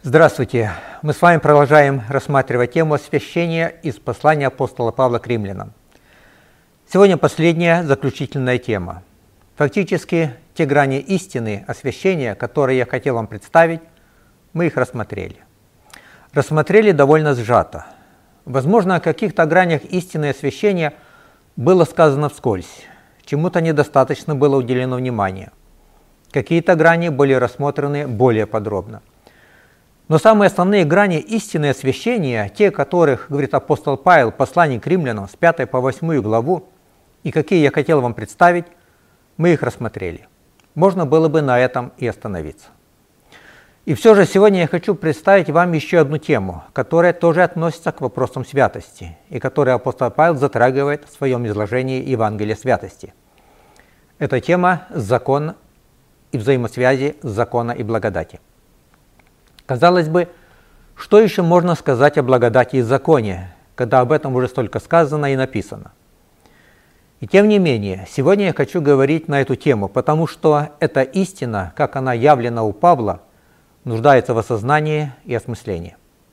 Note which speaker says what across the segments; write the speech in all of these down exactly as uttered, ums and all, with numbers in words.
Speaker 1: Здравствуйте! Мы с вами продолжаем рассматривать тему освящения из послания апостола Павла к римлянам. Сегодня последняя, заключительная тема. Фактически, те грани истины освящения, которые я хотел вам представить, мы их рассмотрели. Рассмотрели довольно сжато. Возможно, о каких-то гранях истины освящения было сказано вскользь, чему-то недостаточно было уделено внимания. Какие-то грани были рассмотрены более подробно. Но самые основные грани истины освящения, те, о которых говорит апостол Павел в послании к римлянам с пятой по восьмую главу, и какие я хотел вам представить, мы их рассмотрели. Можно было бы на этом и остановиться. И все же сегодня я хочу представить вам еще одну тему, которая тоже относится к вопросам святости, и которую апостол Павел затрагивает в своем изложении Евангелия святости. Это тема закона и взаимосвязи закона и благодати. Казалось бы, что еще можно сказать о благодати и законе, когда об этом уже столько сказано и написано? И тем не менее, сегодня я хочу говорить на эту тему, потому что эта истина, как она явлена у Павла, нуждается в осознании и осмыслении.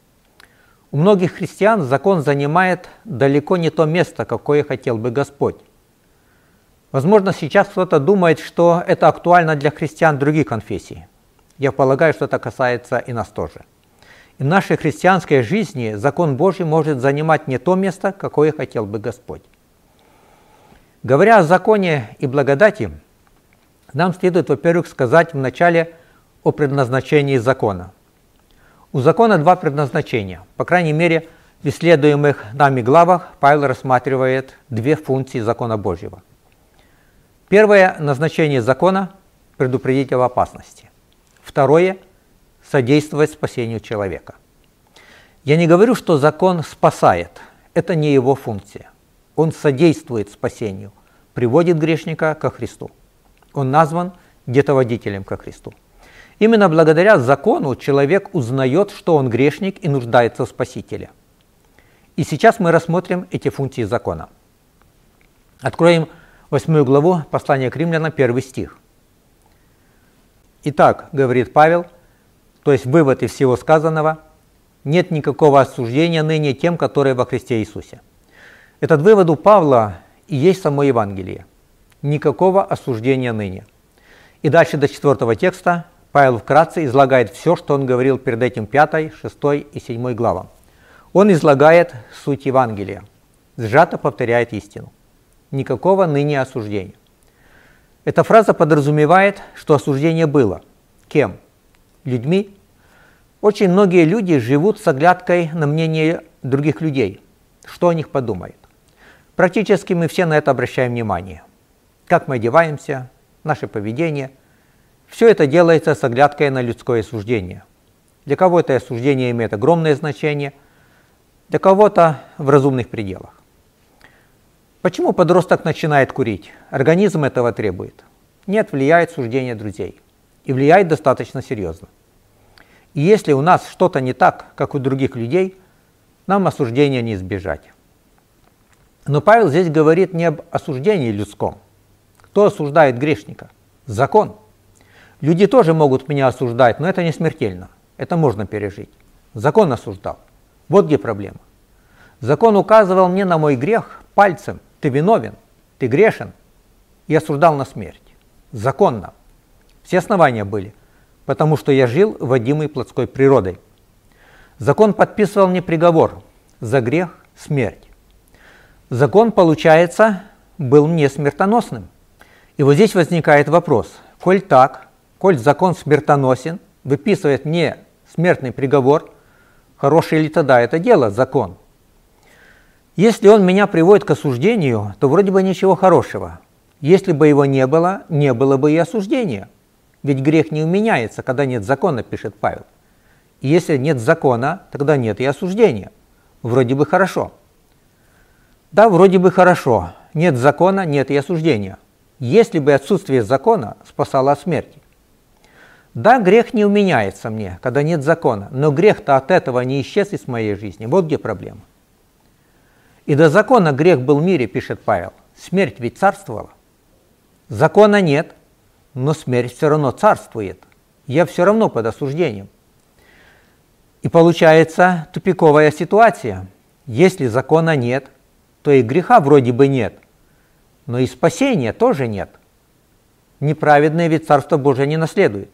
Speaker 1: У многих христиан закон занимает далеко не то место, какое хотел бы Господь. Возможно, сейчас кто-то думает, что это актуально для христиан других конфессий. Я полагаю, что это касается и нас тоже. И в нашей христианской жизни закон Божий может занимать не то место, какое хотел бы Господь. Говоря о законе и благодати, нам следует, во-первых, сказать вначале о предназначении закона. У закона два предназначения. По крайней мере, в исследуемых нами главах Павел рассматривает две функции закона Божьего. Первое назначение закона – предупредить об опасности. Второе – содействовать спасению человека. Я не говорю, что закон спасает. Это не его функция. Он содействует спасению, приводит грешника ко Христу. Он назван детоводителем ко Христу. Именно благодаря закону человек узнает, что он грешник и нуждается в Спасителе. И сейчас мы рассмотрим эти функции закона. Откроем восьмую главу послания к римлянам, первый стих. Итак, говорит Павел, то есть вывод из всего сказанного, нет никакого осуждения ныне тем, которые во Христе Иисусе. Этот вывод у Павла и есть само Евангелие. Никакого осуждения ныне. И дальше до четвертого текста Павел вкратце излагает все, что он говорил перед этим пятой, шестой и седьмой главам. Он излагает суть Евангелия, сжато повторяет истину. Никакого ныне осуждения. Эта фраза подразумевает, что осуждение было. Кем? Людьми. Очень многие люди живут с оглядкой на мнение других людей. Что о них подумают? Практически мы все на это обращаем внимание. Как мы одеваемся, наше поведение. Все это делается с оглядкой на людское суждение. Для кого-то это осуждение имеет огромное значение, для кого-то в разумных пределах. Почему подросток начинает курить? Организм этого требует. Нет, влияет суждение друзей. И влияет достаточно серьезно. И если у нас что-то не так, как у других людей, нам осуждения не избежать. Но Павел здесь говорит не об осуждении людском. Кто осуждает грешника? Закон. Люди тоже могут меня осуждать, но это не смертельно. Это можно пережить. Закон осуждал. Вот где проблема. Закон указывал мне на мой грех пальцем. Ты виновен, ты грешен, и осуждал на смерть. Законно. Все основания были, потому что я жил водимый плотской природой. Закон подписывал мне приговор за грех – смерть. Закон, получается, был мне смертоносным. И вот здесь возникает вопрос. Коль так, коль закон смертоносен, выписывает мне смертный приговор, хорошее ли тогда это дело, закон? Если он меня приводит к осуждению, то вроде бы ничего хорошего. Если бы его не было, не было бы и осуждения. Ведь грех не уменяется, когда нет закона, пишет Павел. И если нет закона, тогда нет и осуждения. Вроде бы хорошо. Да, вроде бы хорошо. Нет закона, нет и осуждения. Если бы отсутствие закона спасало от смерти. Да, грех не уменяется мне, когда нет закона, но грех-то от этого не исчез из моей жизни. Вот где проблема. И до закона грех был в мире, пишет Павел. Смерть ведь царствовала. Закона нет, но смерть все равно царствует. Я все равно под осуждением. И получается тупиковая ситуация. Если закона нет, то и греха вроде бы нет, но и спасения тоже нет. Неправедные ведь Царство Божие не наследует.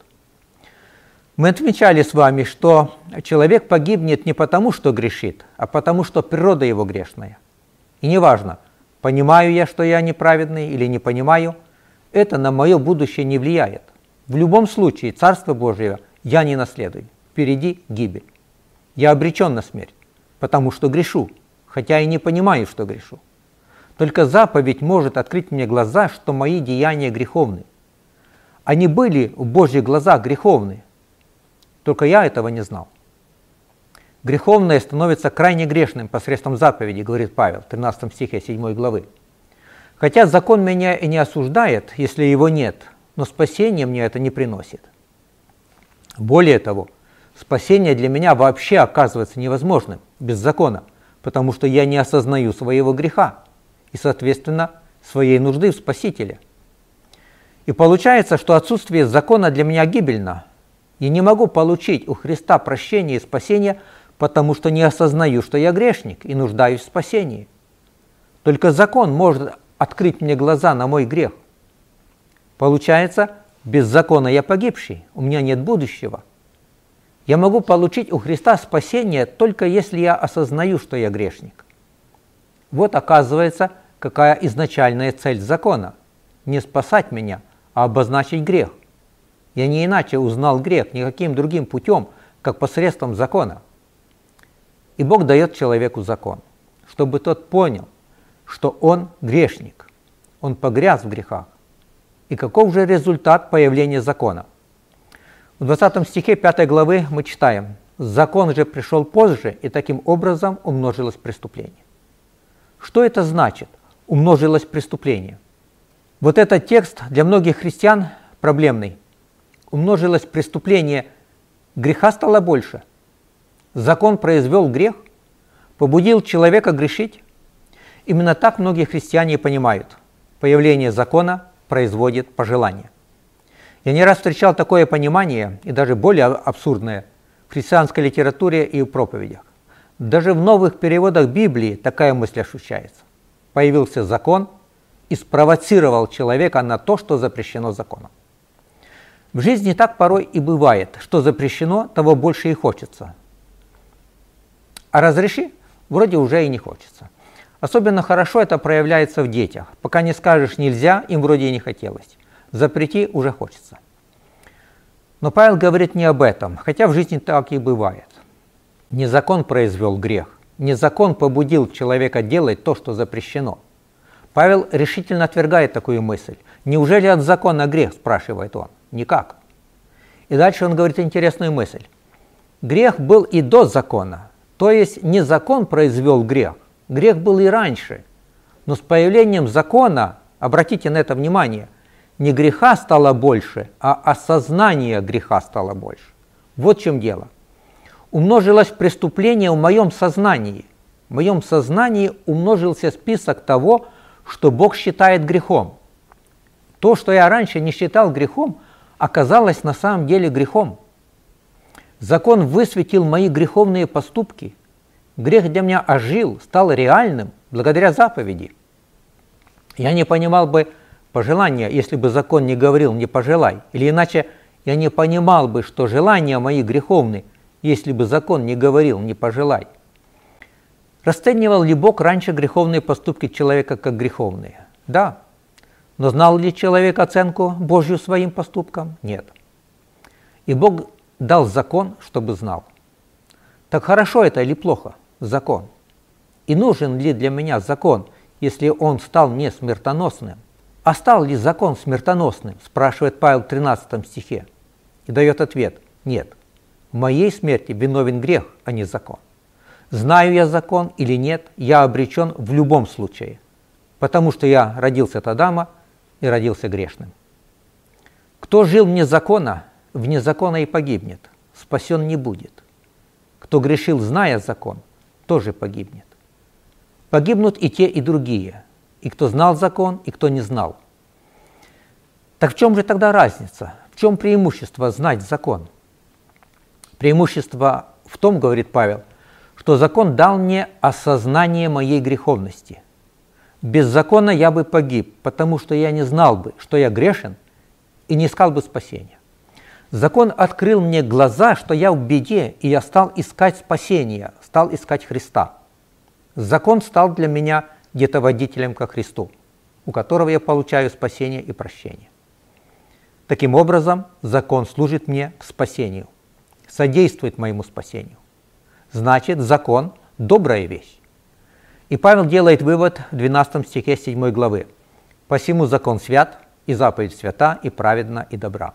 Speaker 1: Мы отмечали с вами, что человек погибнет не потому, что грешит, а потому, что природа его грешная. И неважно, понимаю я, что я неправедный или не понимаю, это на мое будущее не влияет. В любом случае Царство Божие я не наследую. Впереди гибель. Я обречен на смерть, потому что грешу, хотя и не понимаю, что грешу. Только заповедь может открыть мне глаза, что мои деяния греховны. Они были в Божьих глазах греховны, только я этого не знал. Греховное становится крайне грешным посредством заповеди, говорит Павел в тринадцатом стихе седьмой главы. Хотя закон меня и не осуждает, если его нет, но спасение мне это не приносит. Более того, спасение для меня вообще оказывается невозможным без закона, потому что я не осознаю своего греха и, соответственно, своей нужды в Спасителе. И получается, что отсутствие закона для меня гибельно. Я не могу получить у Христа прощение и спасение, потому что не осознаю, что я грешник и нуждаюсь в спасении. Только закон может открыть мне глаза на мой грех. Получается, без закона я погибший, у меня нет будущего. Я могу получить у Христа спасение только если я осознаю, что я грешник. Вот оказывается, какая изначальная цель закона. Не спасать меня, а обозначить грех. Я не иначе узнал грех никаким другим путем, как посредством закона. И Бог дает человеку закон, чтобы тот понял, что он грешник, он погряз в грехах. И каков же результат появления закона? В двадцатом стихе пятой главы мы читаем: «Закон же пришел позже, и таким образом умножилось преступление». Что это значит? Умножилось преступление. Вот этот текст для многих христиан проблемный. Умножилось преступление, греха стало больше. Закон произвел грех, побудил человека грешить. Именно так многие христиане понимают. Появление закона производит пожелание. Я не раз встречал такое понимание, и даже более абсурдное, в христианской литературе и в проповедях. Даже в новых переводах Библии такая мысль ощущается. Появился закон и спровоцировал человека на то, что запрещено законом. В жизни так порой и бывает, что запрещено, того больше и хочется. А разреши, вроде уже и не хочется. Особенно хорошо это проявляется в детях. Пока не скажешь «нельзя», им вроде и не хотелось. Запрети, уже хочется. Но Павел говорит не об этом, хотя в жизни так и бывает. Не закон произвел грех, не закон побудил человека делать то, что запрещено. Павел решительно отвергает такую мысль. Неужели от закона грех, спрашивает он? Никак. И дальше он говорит интересную мысль. Грех был и до закона, то есть не закон произвел грех, грех был и раньше. Но с появлением закона, обратите на это внимание, не греха стало больше, а осознание греха стало больше. Вот в чем дело. Умножилось преступление в моем сознании. В моем сознании умножился список того, что Бог считает грехом. То, что я раньше не считал грехом, оказалось на самом деле грехом. Закон высветил мои греховные поступки. Грех для меня ожил, стал реальным благодаря заповеди. Я не понимал бы пожелания, если бы закон не говорил «не пожелай», или иначе я не понимал бы, что желания мои греховны, если бы закон не говорил «не пожелай». Расценивал ли Бог раньше греховные поступки человека как греховные? Да. Но знал ли человек оценку Божью своим поступкам? Нет. И Бог дал закон, чтобы знал. Так хорошо это или плохо? Закон. И нужен ли для меня закон, если он стал мне смертоносным? А стал ли закон смертоносным? Спрашивает Павел в тринадцатом стихе. И дает ответ. Нет. В моей смерти виновен грех, а не закон. Знаю я закон или нет, я обречен в любом случае, потому что я родился от Адама и родился грешным. Кто жил вне закона, вне закона и погибнет, спасен не будет. Кто грешил, зная закон, тоже погибнет. Погибнут и те, и другие, и кто знал закон, и кто не знал. Так в чем же тогда разница? В чем преимущество знать закон? Преимущество в том, говорит Павел, что закон дал мне осознание моей греховности. Без закона я бы погиб, потому что я не знал бы, что я грешен, и не искал бы спасения. Закон открыл мне глаза, что я в беде, и я стал искать спасения, стал искать Христа. Закон стал для меня где-то водителем ко Христу, у которого я получаю спасение и прощение. Таким образом, закон служит мне к спасению, содействует моему спасению. Значит, закон – добрая вещь. И Павел делает вывод в двенадцатом стихе седьмой главы. «Посему закон свят, и заповедь свята, и праведна, и добра».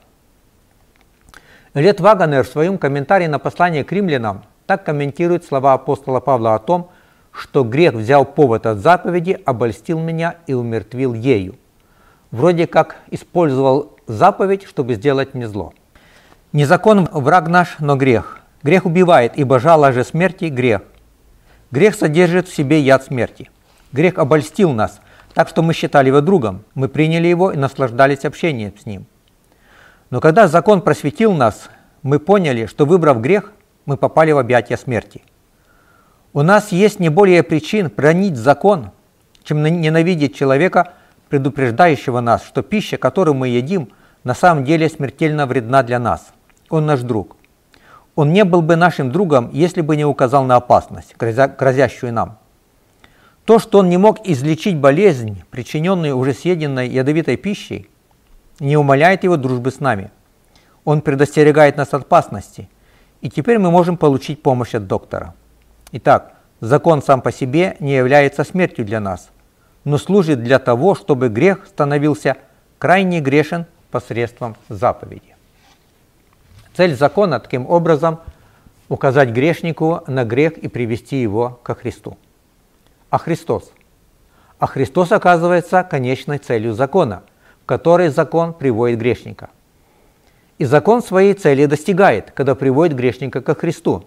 Speaker 1: Элиот Вагонер в своем комментарии на послание к римлянам так комментирует слова апостола Павла о том, что грех взял повод от заповеди, обольстил меня и умертвил ею. Вроде как использовал заповедь, чтобы сделать мне зло. Не закон враг наш, но грех. Грех убивает, ибо жало же смерти – грех. Грех содержит в себе яд смерти. Грех обольстил нас, так что мы считали его другом, мы приняли его и наслаждались общением с ним. Но когда закон просветил нас, мы поняли, что, выбрав грех, мы попали в объятия смерти. У нас есть не более причин бранить закон, чем ненавидеть человека, предупреждающего нас, что пища, которую мы едим, на самом деле смертельно вредна для нас. Он наш друг. Он не был бы нашим другом, если бы не указал на опасность, грозящую нам. То, что он не мог излечить болезнь, причиненную уже съеденной ядовитой пищей, не умаляет его дружбы с нами. Он предостерегает нас от опасности, и теперь мы можем получить помощь от доктора. Итак, закон сам по себе не является смертью для нас, но служит для того, чтобы грех становился крайне грешен посредством заповеди. Цель закона таким образом – указать грешнику на грех и привести его ко Христу. А Христос? А Христос оказывается конечной целью закона, в которой закон приводит грешника. И закон своей цели достигает, когда приводит грешника ко Христу.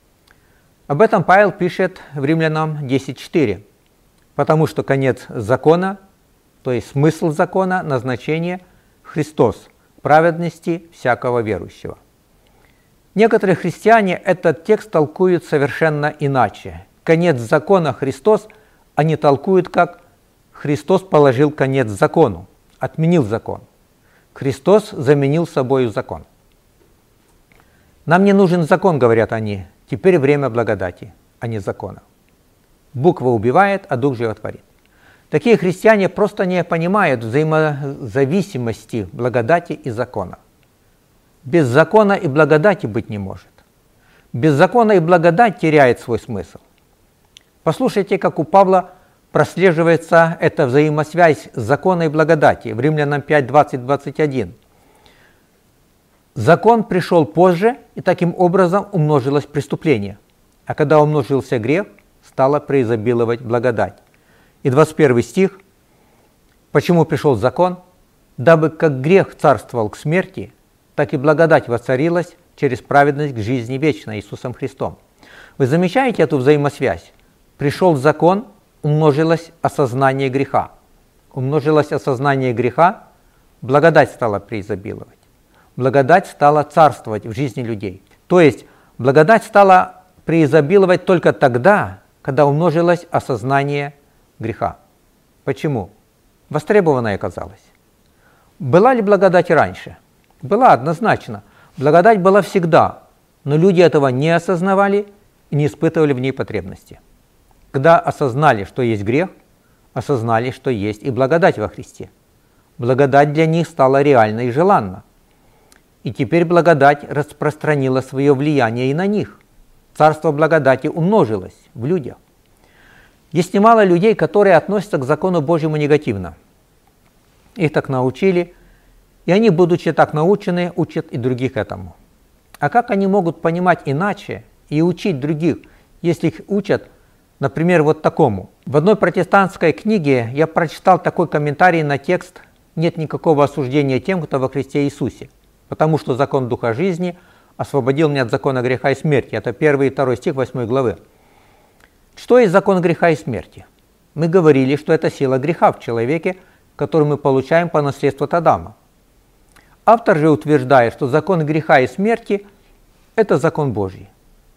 Speaker 1: Об этом Павел пишет в Римлянам десять четыре. Потому что конец закона, то есть смысл закона, назначение – Христос, праведности всякого верующего. Некоторые христиане этот текст толкуют совершенно иначе. Конец закона Христос они толкуют как «Христос положил конец закону», отменил закон. Христос заменил собою закон. Нам не нужен закон, говорят они, теперь время благодати, а не закона. Буква убивает, а дух животворит. Такие христиане просто не понимают взаимозависимости благодати и закона. Без закона и благодати быть не может. Без закона и благодать теряет свой смысл. Послушайте, как у Павла прослеживается эта взаимосвязь закона и благодати в Римлянам пять, двадцать, двадцать один. Закон пришел позже, и таким образом умножилось преступление. А когда умножился грех, стала преизобиловать благодать. И двадцать первый стих. Почему пришел закон? Дабы как грех царствовал к смерти, так и благодать воцарилась через праведность к жизни вечной Иисусом Христом. Вы замечаете эту взаимосвязь? Пришел закон, умножилось осознание греха. Умножилось осознание греха, благодать стала преизобиловать. Благодать стала царствовать в жизни людей. То есть благодать стала преизобиловать только тогда, когда умножилось осознание греха. Почему? Востребованной оказалось. Была ли благодать раньше? Была однозначно. Благодать была всегда, но люди этого не осознавали и не испытывали в ней потребности. Когда осознали, что есть грех, осознали, что есть и благодать во Христе. Благодать для них стала реальна и желанна. И теперь благодать распространила свое влияние и на них. Царство благодати умножилось в людях. Есть немало людей, которые относятся к закону Божьему негативно. Их так научили, и они, будучи так научены, учат и других этому. А как они могут понимать иначе и учить других, если их учат, например, вот такому? В одной протестантской книге я прочитал такой комментарий на текст «Нет никакого осуждения тем, кто во Христе Иисусе, потому что закон Духа жизни освободил меня от закона греха и смерти». Это первый и второй стих восьмой главы. Что есть закон греха и смерти? Мы говорили, что это сила греха в человеке, которую мы получаем по наследству от Адама. Автор же утверждает, что закон греха и смерти – это закон Божий.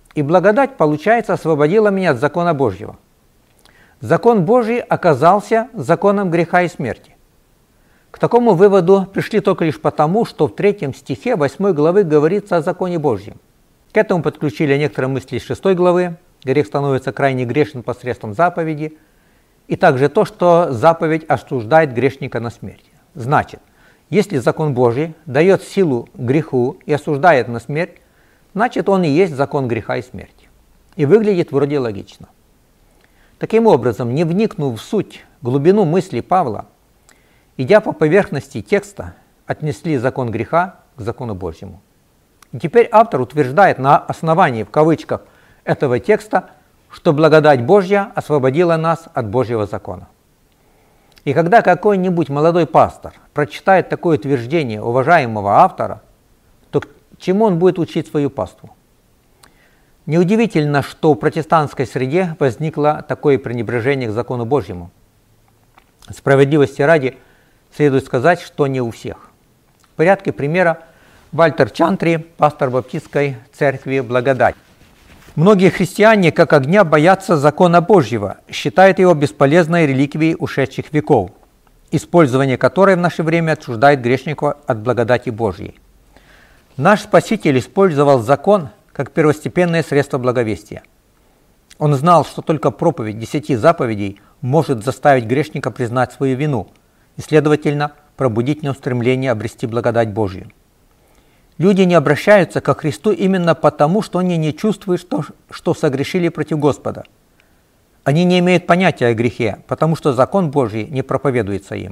Speaker 1: И благодать, получается, освободила меня от закона Божьего. Закон Божий оказался законом греха и смерти. К такому выводу пришли только лишь потому, что в третьем стихе восьмой главы говорится о законе Божьем. К этому подключили некоторые мысли из шестой главы. Грех становится крайне грешен посредством заповеди. И также то, что заповедь осуждает грешника на смерть. Значит, если закон Божий дает силу греху и осуждает на смерть, значит, он и есть закон греха и смерти. И выглядит вроде логично. Таким образом, не вникнув в суть, глубину мысли Павла, идя по поверхности текста, отнесли закон греха к закону Божьему. И теперь автор утверждает на основании, в кавычках, этого текста, что благодать Божья освободила нас от Божьего закона. И когда какой-нибудь молодой пастор прочитает такое утверждение уважаемого автора, то к чему он будет учить свою паству? Неудивительно, что в протестантской среде возникло такое пренебрежение к закону Божьему. Справедливости ради следует сказать, что не у всех. В порядке примера Вальтер Чантри, пастор Баптистской церкви «Благодать». Многие христиане, как огня, боятся закона Божьего, считают его бесполезной реликвией ушедших веков, использование которой в наше время отчуждает грешника от благодати Божьей. Наш Спаситель использовал закон как первостепенное средство благовестия. Он знал, что только проповедь десяти заповедей может заставить грешника признать свою вину и, следовательно, пробудить в нем стремление обрести благодать Божью. Люди не обращаются ко Христу именно потому, что они не чувствуют, что, что согрешили против Господа. Они не имеют понятия о грехе, потому что закон Божий не проповедуется им.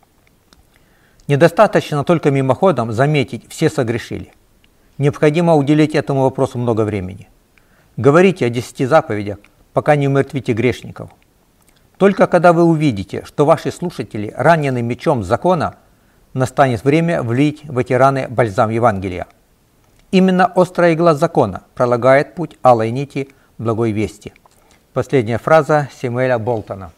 Speaker 1: Недостаточно только мимоходом заметить, все согрешили. Необходимо уделить этому вопросу много времени. Говорите о десяти заповедях, пока не умертвите грешников. Только когда вы увидите, что ваши слушатели ранены мечом закона, настанет время влить в эти раны бальзам Евангелия. Именно острая игла закона пролагает путь алой нити благой вести. Последняя фраза Сэмюэля Болтона.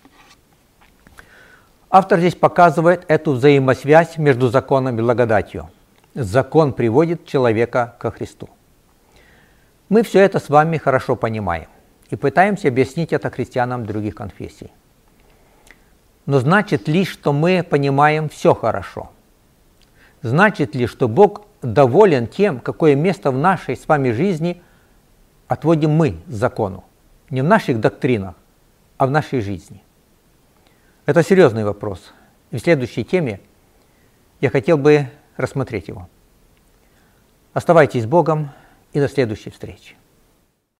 Speaker 1: Автор здесь показывает эту взаимосвязь между законом и благодатью. Закон приводит человека ко Христу. Мы все это с вами хорошо понимаем и пытаемся объяснить это христианам других конфессий. Но значит ли, что мы понимаем все хорошо? Значит ли, что Бог доволен тем, какое место в нашей с вами жизни отводим мы закону? Не в наших доктринах, а в нашей жизни. Это серьезный вопрос. И в следующей теме я хотел бы рассмотреть его. Оставайтесь с Богом и до следующей встречи.